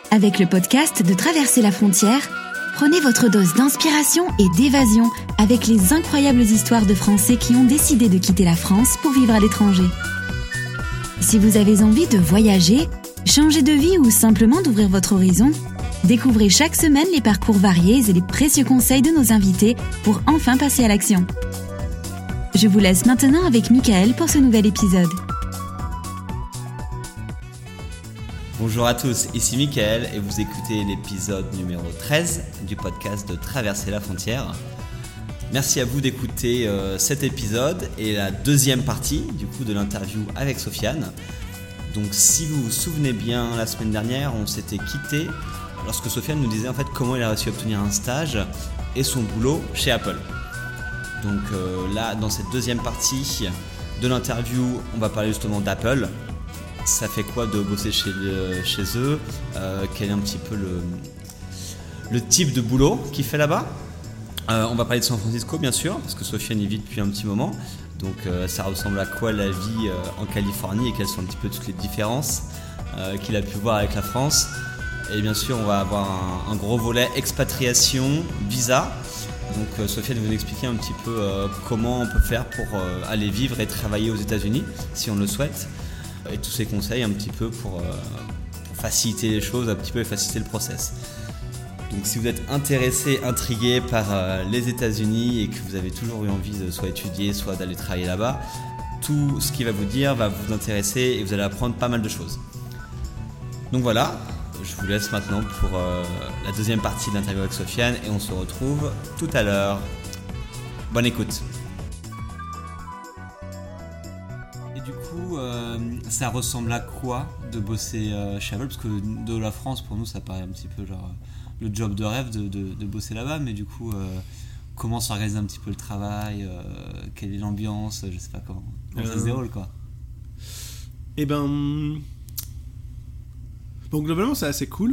Avec le podcast de Traverser la frontière, prenez votre dose d'inspiration et d'évasion avec les incroyables histoires de Français qui ont décidé de quitter la France pour vivre à l'étranger. Si vous avez envie de voyager, changer de vie ou simplement d'ouvrir votre horizon, découvrez chaque semaine les parcours variés et les précieux conseils de nos invités pour enfin passer à l'action. Je vous laisse maintenant avec Michael pour ce nouvel épisode. Bonjour à tous, ici Michael et vous écoutez l'épisode numéro 13 du podcast de Traverser la frontière. Merci à vous d'écouter cet épisode et la deuxième partie du coup de l'interview avec Sofiane. Donc si vous vous souvenez bien, la semaine dernière on s'était quitté lorsque Sofiane nous disait en fait comment il a réussi à obtenir un stage et son boulot chez Apple. Donc là dans cette deuxième partie de l'interview on va parler justement d'Apple. Ça fait quoi de bosser chez eux, quel est un petit peu le type de boulot qu'il fait là-bas. On va parler de San Francisco bien sûr, parce que Sofiane y vit depuis un petit moment. Donc ça ressemble à quoi la vie en Californie et quelles sont un petit peu toutes les différences qu'il a pu voir avec la France. Et bien sûr on va avoir un gros volet expatriation, visa. Donc Sofiane va nous expliquer un petit peu comment on peut faire pour aller vivre et travailler aux États-Unis si on le souhaite. Et tous ces conseils un petit peu pour faciliter les choses, un petit peu et faciliter le process. Donc si vous êtes intéressé, intrigué par les États-Unis et que vous avez toujours eu envie de soit étudier, soit d'aller travailler là-bas, tout ce qu'il va vous dire va vous intéresser et vous allez apprendre pas mal de choses. Donc voilà, je vous laisse maintenant pour la deuxième partie de l'interview avec Sofiane et on se retrouve tout à l'heure. Bonne écoute. Ça ressemble à quoi de bosser chez Apple? Parce que de la France, pour nous, ça paraît un petit peu genre le job de rêve de bosser là-bas. Mais du coup, comment s'organise un petit peu le travail? Quelle est l'ambiance? Je sais pas comment ça se déroule, quoi. Eh ben... Bon, globalement, c'est assez cool.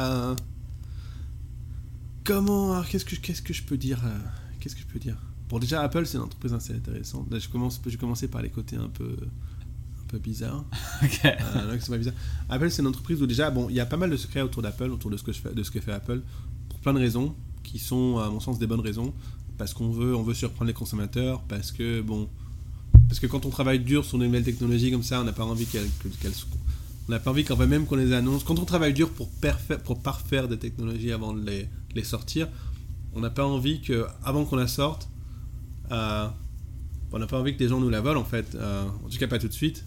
Qu'est-ce que je peux dire Bon, déjà, Apple, c'est une entreprise assez intéressante. Là, je vais commencer par les côtés un peu bizarre. Okay. C'est pas bizarre. Apple, c'est une entreprise où déjà, bon, il y a pas mal de secrets autour d'Apple, autour de ce que fait Apple, pour plein de raisons qui sont, à mon sens, des bonnes raisons. Parce qu'on veut surprendre les consommateurs, parce que quand on travaille dur sur de nouvelles technologies comme ça, on n'a pas envie on n'a pas envie quand même qu'on les annonce. Quand on travaille dur pour parfaire des technologies avant de les sortir, on n'a pas envie que, avant qu'on la sorte, on n'a pas envie que des gens nous la volent en fait. En tout cas, pas tout de suite.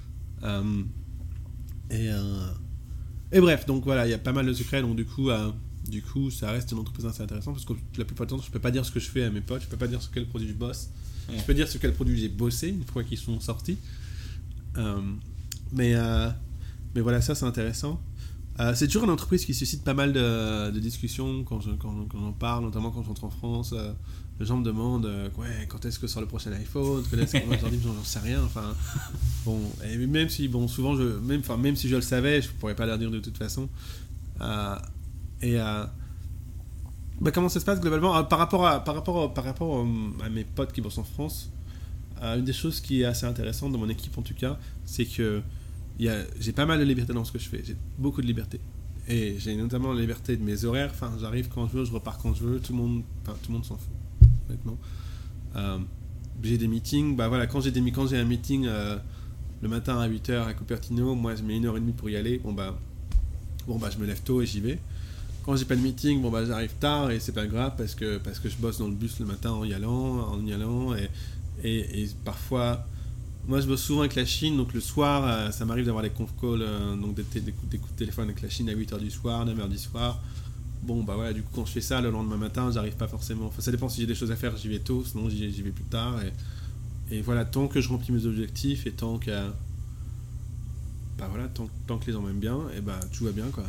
Et bref, donc voilà, il y a pas mal de secrets, donc du coup ça reste une entreprise assez intéressante parce que la plupart du temps je peux pas dire ce que je fais à mes potes, je peux pas dire sur quel produit je bosse, je peux dire sur quel produit j'ai bossé une fois qu'ils sont sortis, mais voilà, ça c'est intéressant. C'est toujours une entreprise qui suscite pas mal de discussions quand j'en parle, notamment quand je rentre en France. Les gens me demandent quand est-ce que sort le prochain iPhone, moi je leur dis j'en sais rien. Enfin, bon, et même si souvent même si je le savais, je pourrais pas leur dire de toute façon. Comment ça se passe globalement par rapport à mes potes qui bossent en France, une des choses qui est assez intéressante dans mon équipe en tout cas, c'est que j'ai pas mal de liberté dans ce que je fais, j'ai beaucoup de liberté. Et j'ai notamment la liberté de mes horaires, enfin j'arrive quand je veux, je repars quand je veux, tout le monde s'en fout, honnêtement. J'ai des meetings, quand j'ai un meeting le matin à 8h à Cupertino, moi je mets 1h30 pour y aller, je me lève tôt et j'y vais. Quand j'ai pas de meeting, j'arrive tard et c'est pas grave parce que je bosse dans le bus le matin en y allant et parfois... Moi, je bosse souvent avec la Chine, donc le soir, ça m'arrive d'avoir des conf calls, donc des coups de téléphone avec la Chine à 8h du soir, 9h du soir. Bon, voilà, du coup, quand je fais ça le lendemain matin, j'arrive pas forcément. Enfin, ça dépend si j'ai des choses à faire, j'y vais tôt, sinon j'y vais plus tard. Et voilà, tant que je remplis mes objectifs et tant que. Tant que les gens m'aiment bien, et tout va bien, quoi.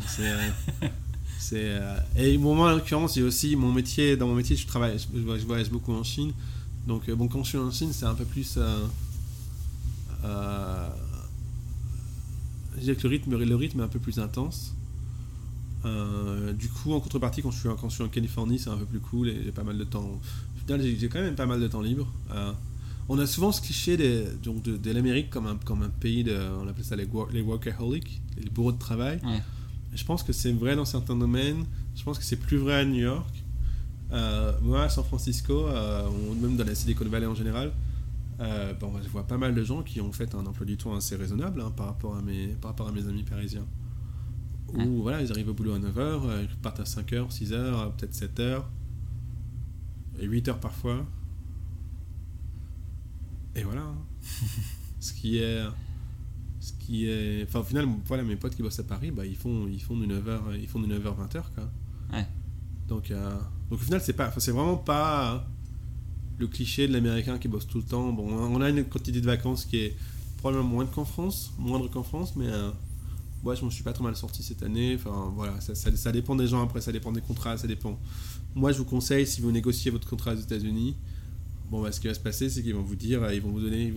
Et moi, en l'occurrence, j'ai aussi dans mon métier, je voyage beaucoup en Chine. Donc, quand je suis en Chine, c'est un peu plus. Je dirais que le rythme est un peu plus intense. Du coup, en contrepartie, quand je suis en Californie, c'est un peu plus cool et j'ai pas mal de temps. Au final, j'ai quand même pas mal de temps libre. On a souvent ce cliché de l'Amérique comme un pays on appelle ça les workaholics, les bourreaux de travail. Ouais. Je pense que c'est vrai dans certains domaines. Je pense que c'est plus vrai à New York. Moi, à San Francisco, ou même dans la Silicon Valley en général, je vois pas mal de gens qui ont fait un emploi du temps assez raisonnable par rapport à mes amis parisiens. Où voilà, ils arrivent au boulot à 9h, ils partent à 5h, 6h, peut-être 7h, et 8h parfois. Et voilà. Ce qui est... Enfin, au final, voilà, mes potes qui bossent à Paris, ils font de 9h, 20h, quoi. Ouais. Donc au final, c'est vraiment pas le cliché de l'américain qui bosse tout le temps. Bon, on a une quantité de vacances qui est probablement moindre qu'en France, mais moi, je m'en suis pas trop mal sorti cette année. Enfin, voilà, ça dépend des gens, après, ça dépend des contrats, ça dépend. Moi, je vous conseille, si vous négociez votre contrat aux États-Unis, ce qui va se passer, c'est qu'ils vont vous dire, ils vont vous donner,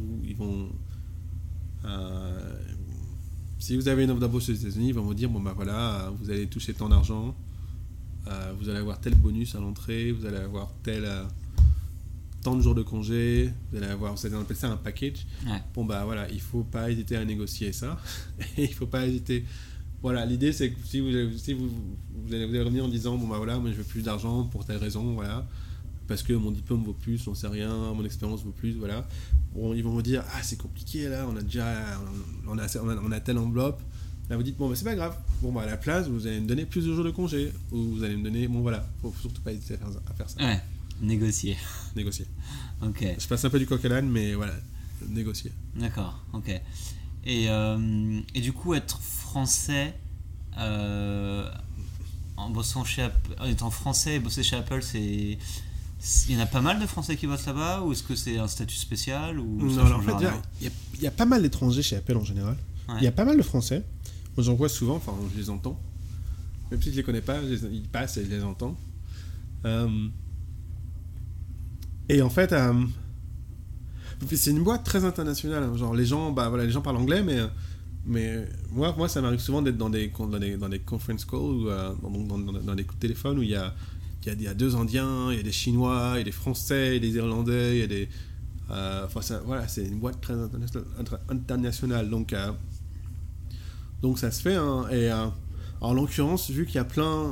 si vous avez une offre d'embauche aux États-Unis, ils vont vous dire, vous allez toucher tant d'argent, vous allez avoir tel bonus à l'entrée, vous allez avoir tant de jours de congé, on appelle ça un package. Ouais. Il faut pas hésiter à négocier ça. Et il faut pas hésiter. Voilà, l'idée c'est que si vous allez revenir en disant moi je veux plus d'argent pour telle raison, voilà, parce que mon diplôme vaut plus, j'en sais rien, mon expérience vaut plus, voilà. Bon, ils vont vous dire c'est compliqué là, on a telle enveloppe. Là vous dites c'est pas grave. À la place vous allez me donner plus de jours de congé, ou vous allez me donner faut surtout pas hésiter à faire ça. Ouais. Négocier. Ok. Je passe un peu du coq à l'âne, mais voilà, négocier. D'accord, ok. Et du coup, être français en étant français et bosser chez Apple, il y en a pas mal de Français qui bossent là-bas, ou est-ce que c'est un statut spécial ou Non, alors en fait, il y a pas mal d'étrangers chez Apple en général. Ouais. Il y a pas mal de Français. Moi, j'en vois souvent, enfin, je les entends. Même si je les connais pas, ils passent et je les entends. Et en fait, c'est une boîte très internationale. Genre les gens parlent anglais, mais moi, ça m'arrive souvent d'être dans des conference calls, ou dans des coups de téléphone où il y a 2 Indiens, il y a des Chinois, il y a des Français, il y a des Irlandais, il y a des c'est une boîte très internationale. Donc ça se fait. Et en l'occurrence, vu qu'il y a plein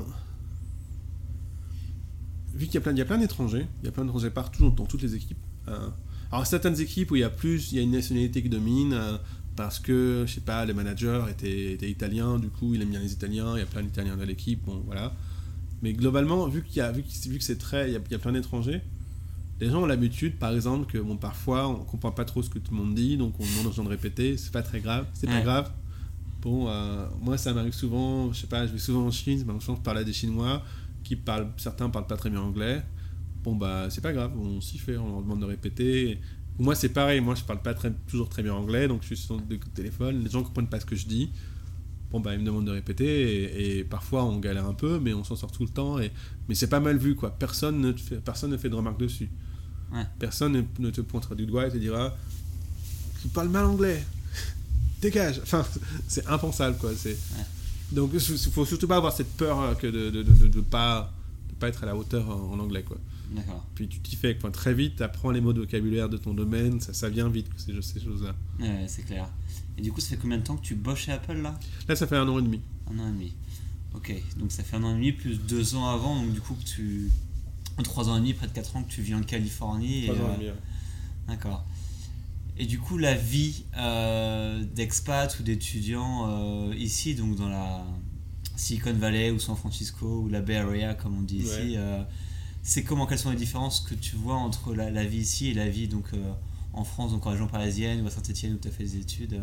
d'étrangers, partout dans toutes les équipes. Alors certaines équipes où il y a une nationalité qui domine, parce que je sais pas, le manager était italien, du coup il aime bien les Italiens, il y a plein d'Italiens dans l'équipe, bon voilà. Mais globalement, vu que il y a plein d'étrangers, les gens ont l'habitude, par exemple, que parfois on comprend pas trop ce que tout le monde dit, donc on demande aux gens de répéter, c'est pas très grave, pas grave. Bon, moi ça m'arrive souvent, je sais pas, je vais souvent en Chine, je parle à des Chinois certains parlent pas très bien anglais. C'est pas grave, on s'y fait, on leur demande de répéter. Moi c'est pareil, moi je parle pas toujours très bien anglais, donc je suis sur le téléphone, les gens comprennent pas ce que je dis. Ils me demandent de répéter, et parfois on galère un peu, mais on s'en sort tout le temps. Mais c'est pas mal vu, quoi. Personne ne fait de remarques dessus. Ouais. Personne ne te pointera du doigt et te dira tu parles mal anglais, dégage. Enfin, c'est impensable, quoi. Donc il faut surtout pas avoir cette peur que de pas être à la hauteur en anglais, quoi. D'accord. Puis tu t'y fais, quoi. Très vite, tu apprends les mots de vocabulaire de ton domaine, ça vient vite, ces choses-là. Ouais, c'est clair. Et du coup, ça fait combien de temps que tu bosses chez Apple là ? Là, ça fait 1 an et demi. 1 an et demi. Ok, donc ça fait 1 an et demi plus 2 ans avant, donc du coup 3 ans et demi, près de 4 ans que tu vis en Californie. 3 ans et demi, ouais. D'accord. Et du coup, la vie d'expat ou d'étudiant ici, donc dans la Silicon Valley ou San Francisco ou la Bay Area, comme on dit ici, c'est comment, quelles sont les différences que tu vois entre la vie ici et la vie donc, en France, donc en région parisienne ou à Saint-Etienne où tu as fait des études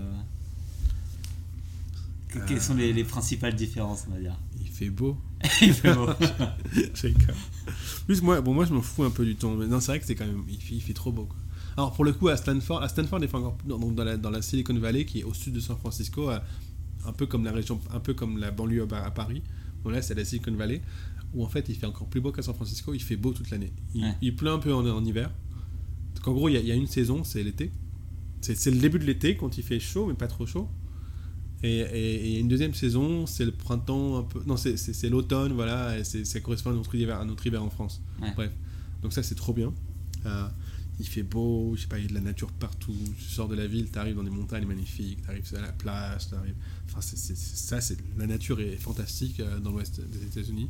quelles sont les principales différences, on va dire ? Il fait beau. Il fait beau. Plus moi je m'en fous un peu du temps. Mais non, c'est vrai que c'est quand même, il fait trop beau, quoi. Alors pour le coup, à Stanford, il fait encore donc dans la Silicon Valley, qui est au sud de San Francisco, un peu comme la banlieue à Paris. Bon, là c'est la Silicon Valley, où en fait il fait encore plus beau qu'à San Francisco. Il fait beau toute l'année. Il pleut un peu en hiver. Donc en gros, il y a une saison, c'est l'été. C'est le début de l'été quand il fait chaud, mais pas trop chaud. Et une deuxième saison, c'est le printemps un peu. Non, c'est l'automne, voilà. Et ça correspond à notre hiver en France. Ouais. Bref. Donc ça, c'est trop bien. il fait beau, je sais pas, il y a de la nature partout. Tu sors de la ville, tu arrives dans des montagnes magnifiques, tu arrives à la plage, enfin, la nature est fantastique dans l'ouest des États-Unis.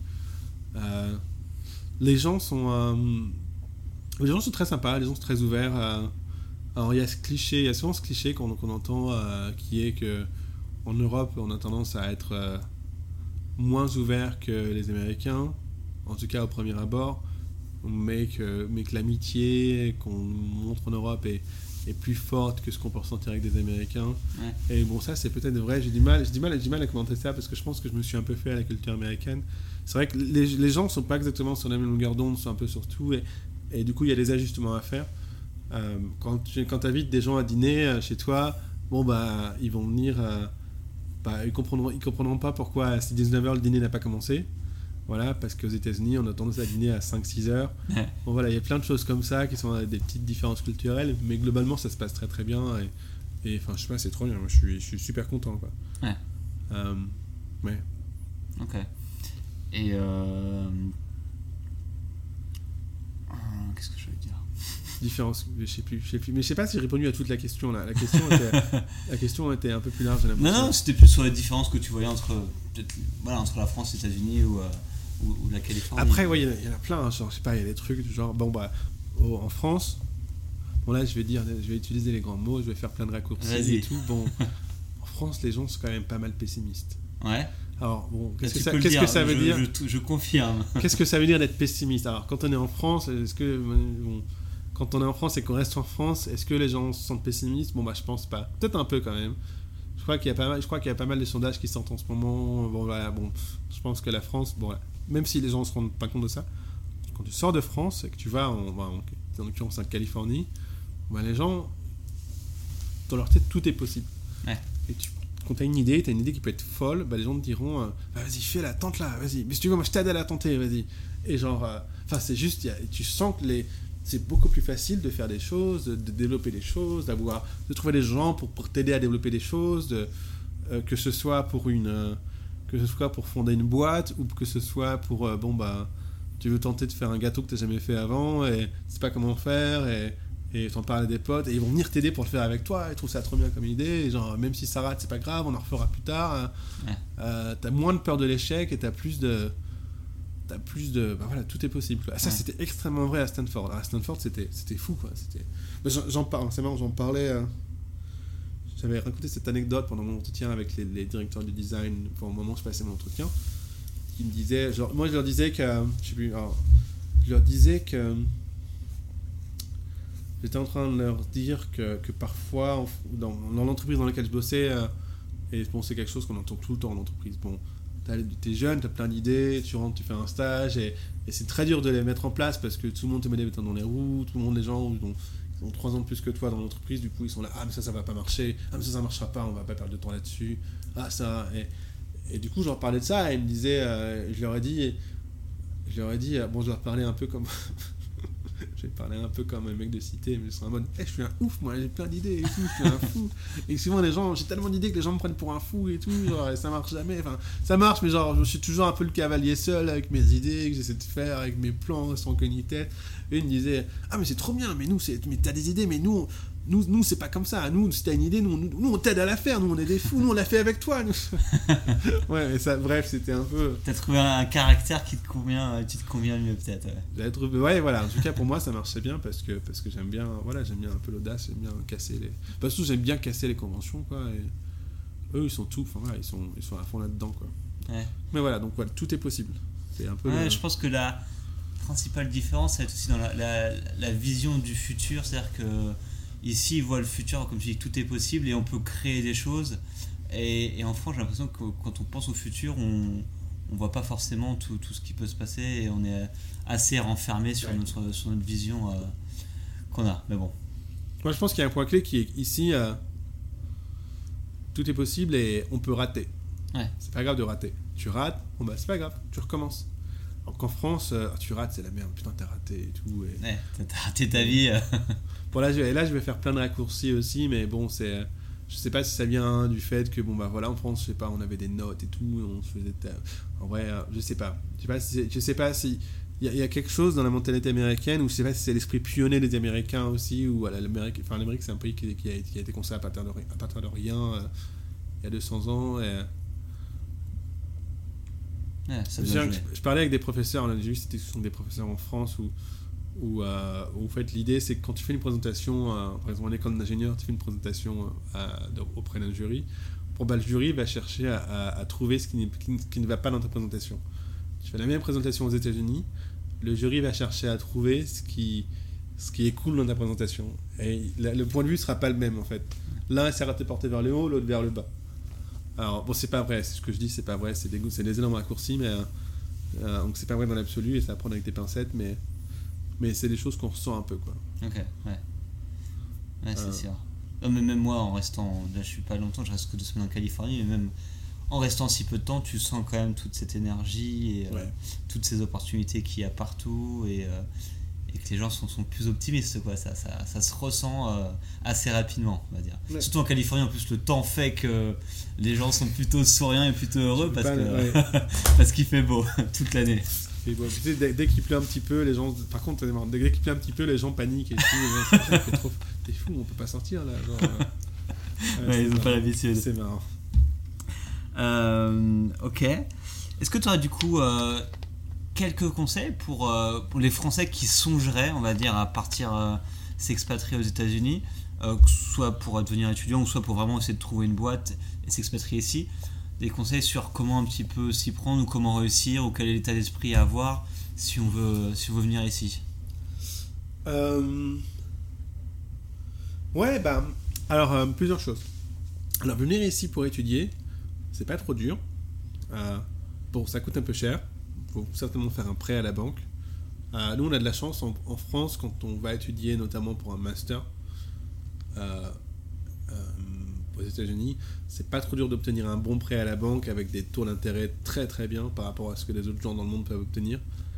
Les gens sont très sympas, les gens sont très ouverts. Alors il y a souvent ce cliché qu'on entend qui est que en Europe, on a tendance à être moins ouvert que les Américains, en tout cas au premier abord. Mais que l'amitié qu'on montre en Europe est plus forte que ce qu'on peut ressentir avec des Américains. Ouais. Et bon, ça c'est peut-être vrai. J'ai du mal à commenter ça parce que je pense que je me suis un peu fait à la culture américaine. C'est vrai que les gens sont pas exactement sur la même longueur d'onde, sont un peu sur tout, et du coup il y a des ajustements à faire. Quand tu invites des gens à dîner chez toi, bon bah ils vont venir, ils comprendront pas pourquoi si 19h le dîner n'a pas commencé. Voilà, parce qu'aux États-Unis, on a tendance à dîner à 5-6 heures. Ouais. Bon, voilà, il y a plein de choses comme ça qui sont des petites différences culturelles, mais globalement, ça se passe très très bien. Et enfin, je sais pas, c'est trop bien. Moi, je suis super content, quoi. Ouais. Ouais. Ok. Et qu'est-ce que je veux dire ? Différence, je sais plus. Mais je sais pas si j'ai répondu à toute la question là. La question était un peu plus large. Non, c'était plus sur les différences que tu voyais entre la France, les États-Unis ou la Californie. Après, ouais, il y en a plein. Hein, genre, je sais pas, il y a des trucs du genre, en France, bon là, je vais utiliser les grands mots, je vais faire plein de raccourcis. Vas-y. Et tout. Bon, en France, les gens sont quand même pas mal pessimistes. Ouais. Alors bon, qu'est-ce que ça veut dire ? Je confirme. Qu'est-ce que ça veut dire d'être pessimiste ? Alors, quand on est en France, quand on est en France et qu'on reste en France, est-ce que les gens se sentent pessimistes ? Bon, je pense pas. Peut-être un peu quand même. Je crois qu'il y a pas mal de sondages qui sortent en ce moment. Je pense que la France, même si les gens ne se rendent pas compte de ça, quand tu sors de France et que tu vas en l'occurrence en Californie, les gens, dans leur tête, tout est possible. Ouais. Et quand tu as une idée qui peut être folle, les gens te diront vas-y, fais-la, tente-la, vas-y. Mais si tu veux, moi je t'aide à la tenter, vas-y. Et c'est juste, tu sens que c'est beaucoup plus facile de faire des choses, de développer des choses, de trouver des gens pour t'aider à développer des choses, que ce soit pour fonder une boîte ou que ce soit pour tu veux tenter de faire un gâteau que tu n'as jamais fait avant et tu sais pas comment faire et t'en parles à des potes et ils vont venir t'aider pour le faire avec toi, ils trouvent ça trop bien comme idée et même si ça rate c'est pas grave, on en refera plus tard. Ouais. T'as moins de peur de l'échec et t'as plus de tout est possible, quoi. Ça c'était extrêmement vrai à Stanford. À Stanford c'était fou, quoi. J'en parle, c'est marrant, j'en parlais, j'avais raconté cette anecdote pendant mon entretien avec les directeurs du design au moment où je passais mon entretien, qui me disaient, moi je leur disais que j'étais en train de leur dire que parfois dans l'entreprise dans laquelle je bossais, et bon, c'est quelque chose qu'on entend tout le temps en entreprise, t'es jeune, t'as plein d'idées, tu rentres, tu fais un stage et c'est très dur de les mettre en place parce que tout le monde te met des bâtons dans les roues, tout le monde, les gens ils ont 3 ans de plus que toi dans l'entreprise, du coup ils sont là, mais ça va pas marcher, mais ça marchera pas, on va pas perdre de temps là-dessus, et du coup j'en parlais de ça et ils me disaient, je leur ai dit, je leur parlais un peu comme je vais parler un peu comme un mec de cité, mais je serais en mode je suis un ouf, moi j'ai plein d'idées et tout, je suis un fou. Et souvent j'ai tellement d'idées que les gens me prennent pour un fou et tout, et ça marche jamais. Enfin, ça marche, mais je suis toujours un peu le cavalier seul avec mes idées que j'essaie de faire, avec mes plans sans queue ni tête. Et ils me disaient mais c'est trop bien, mais t'as des idées, mais nous c'est pas comme ça. Nous, si t'as une idée, nous on t'aide à la faire, nous on est des fous, nous on l'a fait avec toi. Nous. Ouais, mais ça, bref, c'était un peu. T'as trouvé un caractère qui te convient mieux peut-être. J'avais trouvé, ouais, voilà. En tout cas pour moi ça marchait bien parce que j'aime bien un peu l'audace, j'aime bien casser les. Parce que j'aime bien casser les conventions, quoi. Et eux ils sont tout, enfin voilà, ils sont à fond là-dedans, quoi. Ouais. Mais voilà, donc voilà, tout est possible. C'est un peu. Ouais, je pense que la principale différence, c'est aussi dans la vision du futur, c'est-à-dire que ici, ils voient le futur, comme je dis, tout est possible et on peut créer des choses. Et en France, j'ai l'impression que quand on pense au futur, on voit pas forcément tout ce qui peut se passer et on est assez renfermé sur notre vision qu'on a. Mais bon. Moi, je pense qu'il y a un point clé qui est ici, tout est possible et on peut rater. Ouais. C'est pas grave de rater. Tu rates, c'est pas grave, tu recommences. Alors qu'en France, tu rates, c'est la merde, putain, t'as raté et tout. Et... Ouais, t'as raté ta vie. Bon, là, je vais faire plein de raccourcis aussi, mais bon, je sais pas si ça vient du fait que, en France, je sais pas, on avait des notes et tout, on se faisait. En vrai, je sais pas. Je sais pas si il y a quelque chose dans la mentalité américaine où je sais pas si c'est l'esprit pionnier des Américains aussi, ou l'Amérique c'est un pays qui a été construit à partir de rien il y a 200 ans. Et... Ouais, ça doit jouer. Je parlais avec des professeurs, j'ai eu cette discussion des professeurs en France où en fait l'idée c'est que quand tu fais une présentation, par exemple en école d'ingénieur, tu fais une présentation auprès d'un jury, le jury va chercher à trouver ce qui ne va pas dans ta présentation. Tu fais la même présentation aux États-Unis, le jury va chercher à trouver ce qui est cool dans ta présentation. Et le point de vue ne sera pas le même en fait. L'un essaiera de te porter vers le haut, l'autre vers le bas. Alors bon, c'est pas vrai, c'est ce que je dis, c'est pas vrai, c'est des énormes raccourcis, mais donc c'est pas vrai dans l'absolu et ça va prendre avec des pincettes, mais c'est des choses qu'on ressent un peu, quoi. Ok, ouais, c'est sûr. Non, mais même moi, en restant, là je suis pas longtemps, je reste que 2 semaines en Californie, mais même en restant si peu de temps, tu sens quand même toute cette énergie et toutes ces opportunités qu'il y a partout et que les gens sont plus optimistes, quoi. Ça se ressent assez rapidement, on va dire. Ouais. Surtout en Californie, en plus le temps fait que les gens sont plutôt souriants et plutôt heureux parce qu'il fait beau toute l'année. Et bon, tu sais, dès qu'il pleut un petit peu, les gens. Par contre, dès qu'il pleut un petit peu, les gens paniquent et tout. T'es fou, on peut pas sortir là. Ils n'ont pas l'habitude. C'est marrant. Ok. Est-ce que tu aurais du coup quelques conseils pour les Français qui songeraient, on va dire, à partir s'expatrier aux États-Unis, soit pour devenir étudiant ou soit pour vraiment essayer de trouver une boîte et s'expatrier ici? Des conseils sur comment un petit peu s'y prendre ou comment réussir ou quel est l'état d'esprit à avoir si on veut venir ici? Ouais, alors plusieurs choses. Alors venir ici pour étudier, c'est pas trop dur. Bon, ça coûte un peu cher. Faut certainement faire un prêt à la banque. Nous, on a de la chance en France quand on va étudier, notamment pour un master aux États-Unis, c'est pas trop dur d'obtenir un bon prêt à la banque avec des taux d'intérêt très très bien par rapport à ce que les autres gens dans le monde peuvent obtenir.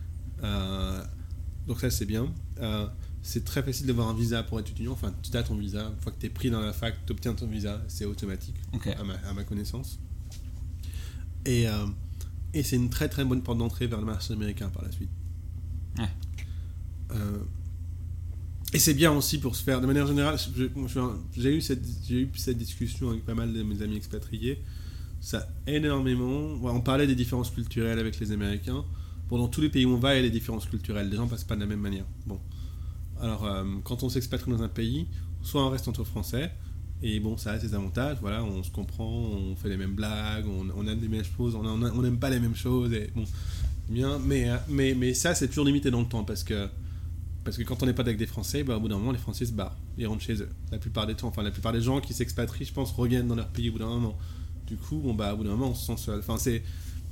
Donc ça, c'est bien. C'est très facile d'avoir un visa pour être étudiant. Enfin, tu as ton visa. Une fois que tu es pris dans la fac, tu obtiens ton visa. C'est automatique, à ma connaissance. Et c'est une très très bonne porte d'entrée vers le marché américain par la suite. Ouais. Et c'est bien aussi pour se faire, de manière générale, j'ai eu cette discussion avec pas mal de mes amis expatriés. Ça énormément. On parlait des différences culturelles avec les Américains. Bon, dans tous les pays où on va, il y a des différences culturelles. Les gens passent pas de la même manière. Bon. Alors, quand on s'expatrie dans un pays, soit on reste entre Français, et bon, ça a ses avantages. Voilà, on se comprend, on fait les mêmes blagues, on aime les mêmes choses, on n'aime pas les mêmes choses. Et bon, bien. Mais ça, c'est toujours limité dans le temps parce que quand on n'est pas avec des Français, au bout d'un moment, les Français se barrent. Ils rentrent chez eux. La plupart des gens qui s'expatrient, je pense, reviennent dans leur pays au bout d'un moment. Du coup, au bout d'un moment, on se sent seul. Enfin, c'est...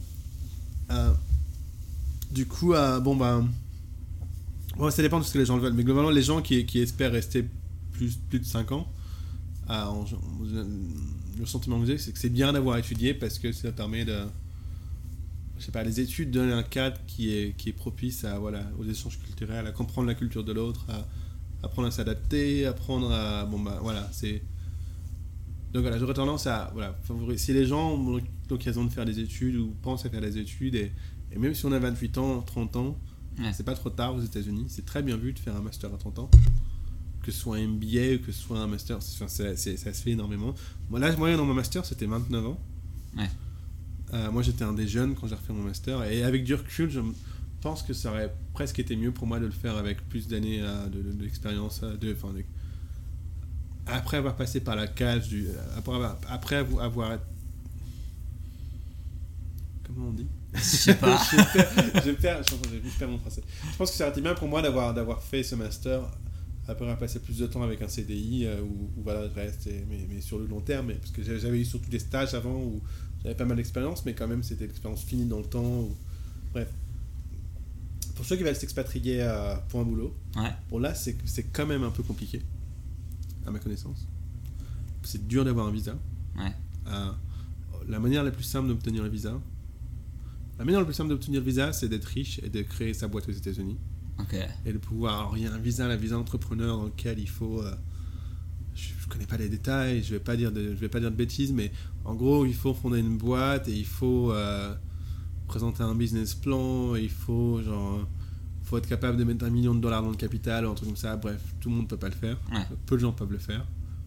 ça dépend de ce que les gens veulent. Mais globalement, les gens qui espèrent rester plus de 5 ans, le sentiment que j'ai, c'est que c'est bien d'avoir étudié parce que ça permet de... Je sais pas, les études donnent un cadre qui est propice aux échanges culturels, à comprendre la culture de l'autre, à apprendre à s'adapter, apprendre à... c'est... Donc voilà, j'aurais tendance à favoriser. Si les gens ont l'occasion de faire des études ou pensent à faire des études, et même si on a 28 ans, 30 ans, c'est pas trop tard aux États-Unis, c'est très bien vu de faire un master à 30 ans. Que ce soit un MBA ou que ce soit un master, ça se fait énormément. L'âge moyen dans mon master, c'était 29 ans. Ouais. Moi, j'étais un des jeunes quand j'ai refait mon master. Et avec du recul, je pense que ça aurait presque été mieux pour moi de le faire avec plus d'années d'expérience. Après avoir passé par la case après avoir... Comment on dit ? Je sais pas. je perds mon français. Je pense que ça aurait été bien pour moi d'avoir fait ce master après avoir passé plus de temps avec un CDI où je reste, mais sur le long terme, parce que j'avais eu surtout des stages avant où j'avais pas mal d'expérience, mais quand même c'était l'expérience finie dans le temps. Bref. Pour ceux qui veulent s'expatrier pour un boulot, là c'est quand même un peu compliqué, à ma connaissance. C'est dur d'avoir un visa. Ouais. La manière la plus simple d'obtenir un visa, c'est d'être riche et de créer sa boîte aux États-Unis. Okay. Et de pouvoir... Alors, il y a un visa entrepreneur dans lequel il faut... je connais pas les détails, je vais pas dire de bêtises, mais en gros, il faut fonder une boîte et il faut présenter un business plan, il faut faut être capable de mettre $1 million dans le capital ou un truc comme ça. Bref, tout le monde ne peut pas le faire. Ouais. Peu de gens peuvent le faire.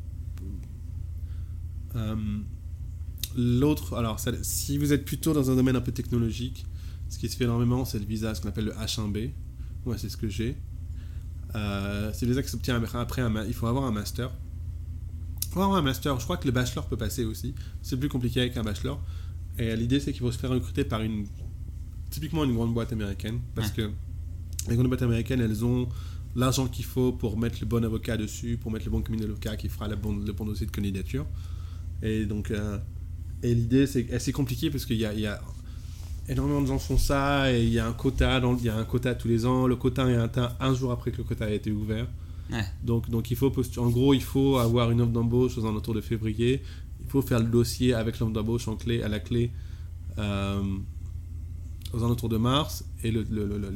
L'autre, alors si vous êtes plutôt dans un domaine un peu technologique, ce qui se fait énormément, c'est le visa, ce qu'on appelle le H1B. Moi, c'est ce que j'ai. C'est le visa qui s'obtient après il faut avoir un master. Il faut avoir un master. Je crois que le bachelor peut passer aussi. C'est plus compliqué avec un bachelor. Et l'idée, c'est qu'il faut se faire recruter par typiquement une grande boîte américaine. Parce que les grandes boîtes américaines, elles ont l'argent qu'il faut pour mettre le bon avocat dessus, pour mettre le bon comité d'avocat qui fera le bon dossier de candidature. Et donc, l'idée, c'est assez compliqué parce qu'il y a énormément de gens font ça et il y a un quota tous les ans. Le quota est atteint un jour après que le quota a été ouvert. Ouais. Donc il faut en gros, il faut avoir une offre d'embauche aux alentours de février. Il faut faire le dossier avec l'offre d'embauche à la clé aux alentours de mars, et le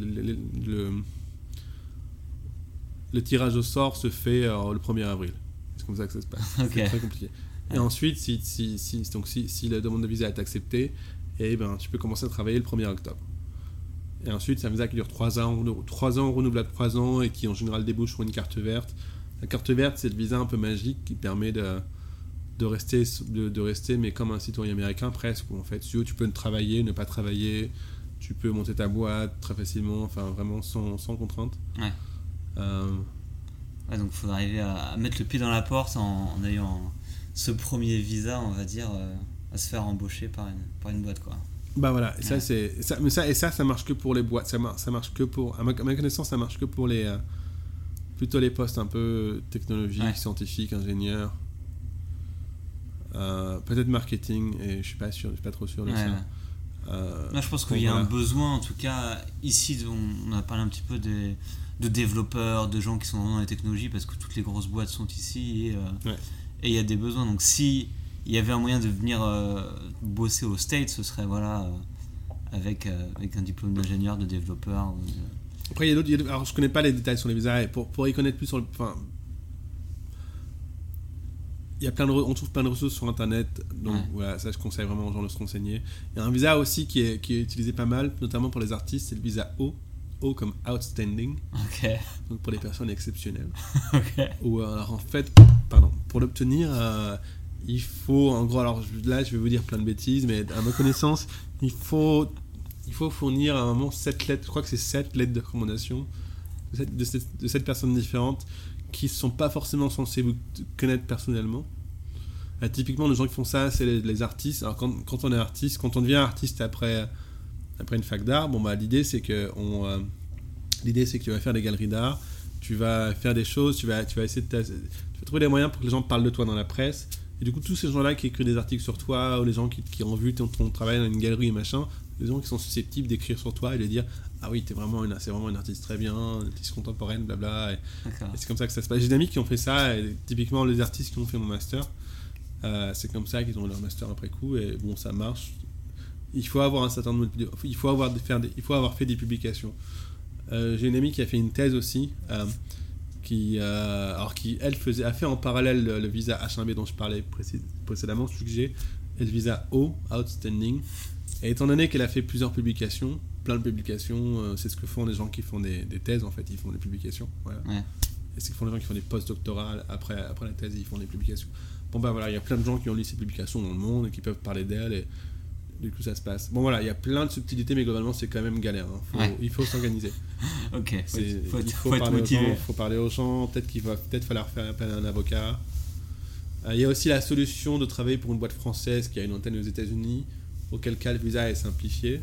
tirage au sort se fait le 1er avril. C'est comme ça que ça se passe. Okay. C'est très compliqué. Et ensuite, si la demande de visa est acceptée, tu peux commencer à travailler le 1er octobre. Et ensuite, c'est un visa qui dure 3 ans renouvelable 3 ans, et qui en général débouche sur une carte verte. La carte verte, c'est le visa un peu magique qui permet de rester, mais comme un citoyen américain presque, où en fait, tu peux travailler, ne pas travailler, tu peux monter ta boîte très facilement, enfin vraiment sans contrainte. Ouais. Donc il faut arriver à mettre le pied dans la porte en ayant ce premier visa, on va dire, à se faire embaucher par une boîte, quoi. Bah voilà, et ça marche que pour les boîtes, ça marche que pour, à ma connaissance, ça marche que pour plutôt les postes un peu technologiques, scientifiques, ingénieurs, peut-être marketing, et je suis pas trop sûr de ça. Là, je pense qu'il y a un besoin, en tout cas ici, on a parlé un petit peu de développeurs, de gens qui sont dans les technologies, parce que toutes les grosses boîtes sont ici, et il y a des besoins. Donc si il y avait un moyen de venir bosser au States, ce serait avec un diplôme d'ingénieur, de développeur. Après, il y a d'autres. Alors, je connais pas les détails sur les visas, et pour y connaître plus sur il y a on trouve plein de ressources sur internet, donc voilà, ça je conseille vraiment aux gens de se renseigner. Il y a un visa aussi qui est utilisé pas mal, notamment pour les artistes, c'est le visa O comme outstanding, donc pour les personnes exceptionnelles. Ou alors en fait, pour l'obtenir, il faut, en gros, alors là je vais vous dire plein de bêtises, mais à ma connaissance, il faut fournir à un moment 7 lettres, je crois que c'est 7 lettres de recommandation de 7 personnes différentes qui ne sont pas forcément censés vous connaître personnellement. Typiquement, les gens qui font ça, c'est les artistes. Alors quand on est artiste, quand on devient artiste après une fac d'art, l'idée c'est que tu vas faire des galeries d'art, tu vas faire des choses, tu vas essayer tu vas trouver des moyens pour que les gens parlent de toi dans la presse. Et du coup, tous ces gens-là qui écrivent des articles sur toi, ou les gens qui ont vu ton travail dans une galerie et machin, les gens qui sont susceptibles d'écrire sur toi et de dire ah oui, c'est vraiment une artiste très bien, une artiste contemporaine, blabla. Et c'est comme ça que ça se passe. J'ai des amis qui ont fait ça, et typiquement les artistes qui ont fait mon master, c'est comme ça qu'ils ont leur master après coup, et bon, ça marche. Il faut avoir un certain nombre il faut avoir fait des publications. J'ai une amie qui a fait une thèse aussi, qui a fait en parallèle le visa H1B dont je parlais précédemment, celui que j'ai, et le visa O, outstanding. Et étant donné qu'elle a fait plein de publications, c'est ce que font les gens qui font des thèses, en fait, ils font des publications. Voilà. Et c'est ce que font les gens qui font des post-doctorales, après la thèse, ils font des publications. Il y a plein de gens qui ont lu ces publications dans le monde et qui peuvent parler d'elles, et du coup ça se passe. Il y a plein de subtilités, mais globalement c'est quand même galère. Il faut s'organiser. Il faut être motivé. Il faut parler aux gens, peut-être falloir faire appel à un avocat. Il y a aussi la solution de travailler pour une boîte française qui a une antenne aux États-Unis, auquel cas le visa est simplifié.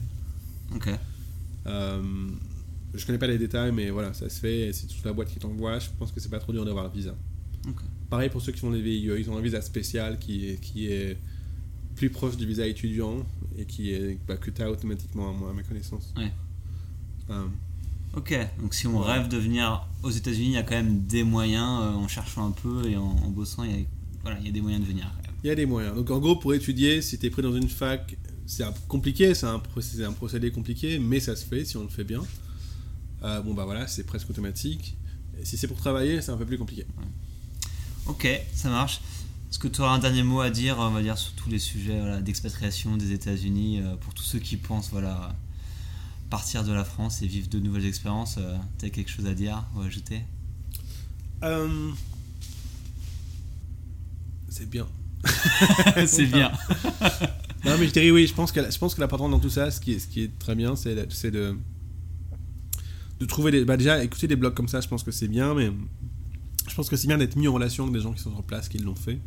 Je connais pas les détails, mais voilà, ça se fait, et c'est toute la boîte qui t'envoie. Je pense que c'est pas trop dur d'avoir le visa. Pareil pour ceux qui font des VIE, ils ont un visa spécial qui est plus proche du visa étudiant, et que tu as automatiquement, à ma connaissance. Donc si on rêve de venir aux États-Unis, il y a quand même des moyens, en cherchant un peu et en bossant, il y a des moyens de venir. Il y a des moyens. Donc en gros, pour étudier, si tu es pris dans une fac, c'est compliqué, c'est un procédé compliqué, mais ça se fait si on le fait bien. C'est presque automatique. Et si c'est pour travailler, c'est un peu plus compliqué. Ok, ça marche. Est-ce que tu auras un dernier mot à dire, on va dire, sur tous les sujets d'expatriation des États-Unis, pour tous ceux qui pensent partir de la France et vivre de nouvelles expériences, t'as quelque chose à dire ou à ajouter? C'est bien. C'est bien. Non, mais je dirais oui, je pense que l'important dans tout ça, ce qui est très bien, c'est de trouver déjà, écouter des blogs comme ça, je pense que c'est bien, mais je pense que c'est bien d'être mis en relation avec des gens qui sont sur place, qui l'ont fait.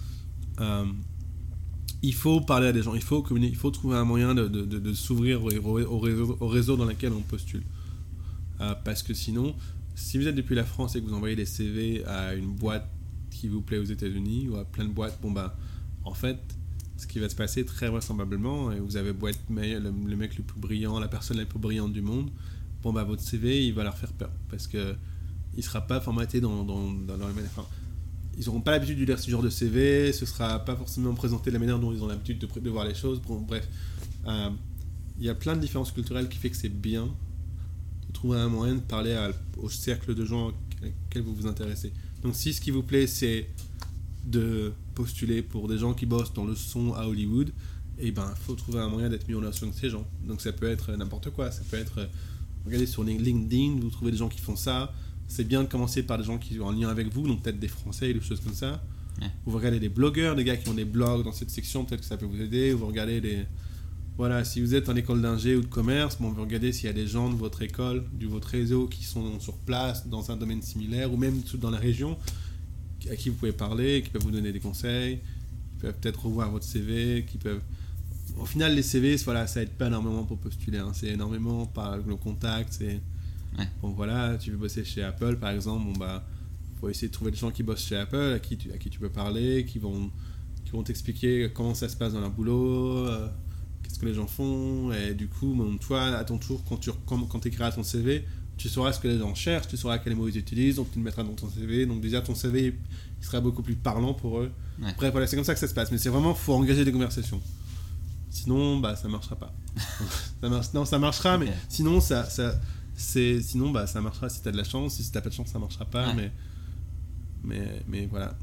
Il faut parler à des gens, il faut communiquer, il faut trouver un moyen de s'ouvrir au réseau dans lequel on postule. Parce que sinon, si vous êtes depuis la France et que vous envoyez des CV à une boîte qui vous plaît aux États-Unis ou à plein de boîtes, en fait, ce qui va se passer très vraisemblablement, et vous avez beau être le mec le plus brillant, la personne la plus brillante du monde, votre CV, il va leur faire peur parce que il sera pas formaté dans leur manière. Enfin, ils n'auront pas l'habitude de lire ce genre de CV, ce sera pas forcément présenté de la manière dont ils ont l'habitude de voir les choses. Bref, il y a plein de différences culturelles qui fait que c'est bien de trouver un moyen de parler au cercle de gens auxquels vous vous intéressez. Donc si ce qui vous plaît, c'est de postuler pour des gens qui bossent dans le son à Hollywood, il faut trouver un moyen d'être mis en relation avec ces gens. Donc ça peut être n'importe quoi, ça peut être... Regardez sur LinkedIn, vous trouvez des gens qui font ça. C'est bien de commencer par des gens qui sont en lien avec vous, donc peut-être des Français ou des choses comme ça. Ouais. Vous regardez des blogueurs, des gars qui ont des blogs dans cette section, peut-être que ça peut vous aider. Vous regardez Voilà, si vous êtes en école d'ingé ou de commerce, vous regardez s'il y a des gens de votre école, de votre réseau qui sont sur place dans un domaine similaire ou même dans la région à qui vous pouvez parler, qui peuvent vous donner des conseils, qui peuvent peut-être revoir votre CV, qui peuvent... Au final, les CV, ça aide pas énormément pour postuler. C'est énormément par le contact. C'est... Ouais. Tu veux bosser chez Apple, par exemple. Faut essayer de trouver des gens qui bossent chez Apple, à qui tu peux parler, qui vont t'expliquer comment ça se passe dans leur boulot, qu'est-ce que les gens font. Et du coup, toi, à ton tour, quand tu écriras ton CV, tu sauras ce que les gens cherchent, tu sauras quels mots ils utilisent, donc tu le mettras dans ton CV. Donc déjà, ton CV, il sera beaucoup plus parlant pour eux. Ouais. Bref, voilà, c'est comme ça que ça se passe. Mais c'est vraiment, faut engager des conversations. Sinon, ça marchera pas. Ça marchera, okay. Mais sinon, ça marchera si t'as de la chance. Si t'as pas de chance, ça marchera pas. Ouais. Mais voilà.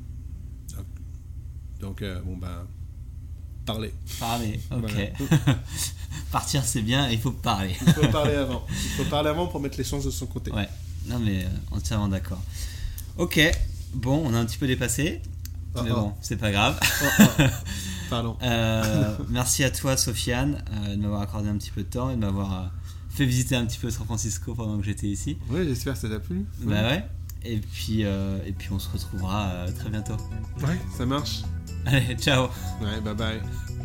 Donc, parler. Parler, ok. Voilà. Partir, c'est bien, il faut parler. Il faut parler avant. Il faut parler avant pour mettre les chances de son côté. Ouais, non mais entièrement d'accord. Ok, bon, on a un petit peu dépassé. Mais bon, c'est pas grave. Pardon. Merci à toi, Sofiane, de m'avoir accordé un petit peu de temps et de m'avoir fait visiter un petit peu San Francisco pendant que j'étais ici. Oui, j'espère que ça t'a plu. Bah ouais. Et puis on se retrouvera très bientôt. Ouais, ça marche. Allez, ciao. Ouais, bye bye.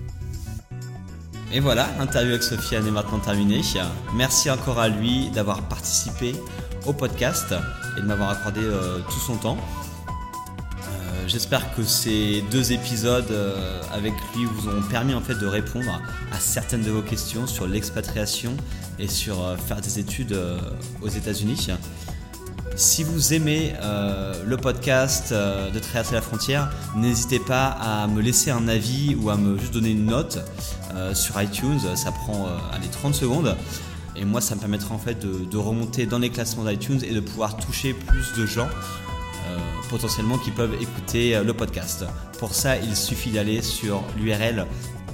Et voilà, l'interview avec Sofiane est maintenant terminée. Merci encore à lui d'avoir participé au podcast et de m'avoir accordé tout son temps. J'espère que ces 2 épisodes avec lui vous auront permis en fait de répondre à certaines de vos questions sur l'expatriation et sur faire des études aux États-Unis. Si vous aimez le podcast de Traverser la frontière, n'hésitez pas à me laisser un avis ou à me juste donner une note sur iTunes. Ça prend 30 secondes. Et moi, ça me permettra en fait de remonter dans les classements d'iTunes et de pouvoir toucher plus de gens potentiellement qui peuvent écouter le podcast. Pour ça, il suffit d'aller sur l'URL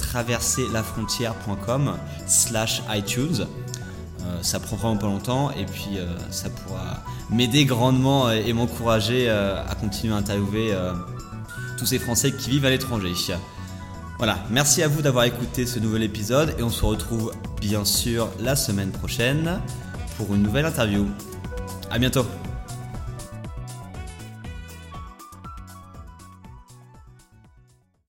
traverserlafrontière.com/iTunes. Ça prend vraiment pas longtemps et puis ça pourra m'aider grandement et m'encourager à continuer à interviewer tous ces Français qui vivent à l'étranger. Voilà, merci à vous d'avoir écouté ce nouvel épisode et on se retrouve bien sûr la semaine prochaine pour une nouvelle interview. À bientôt.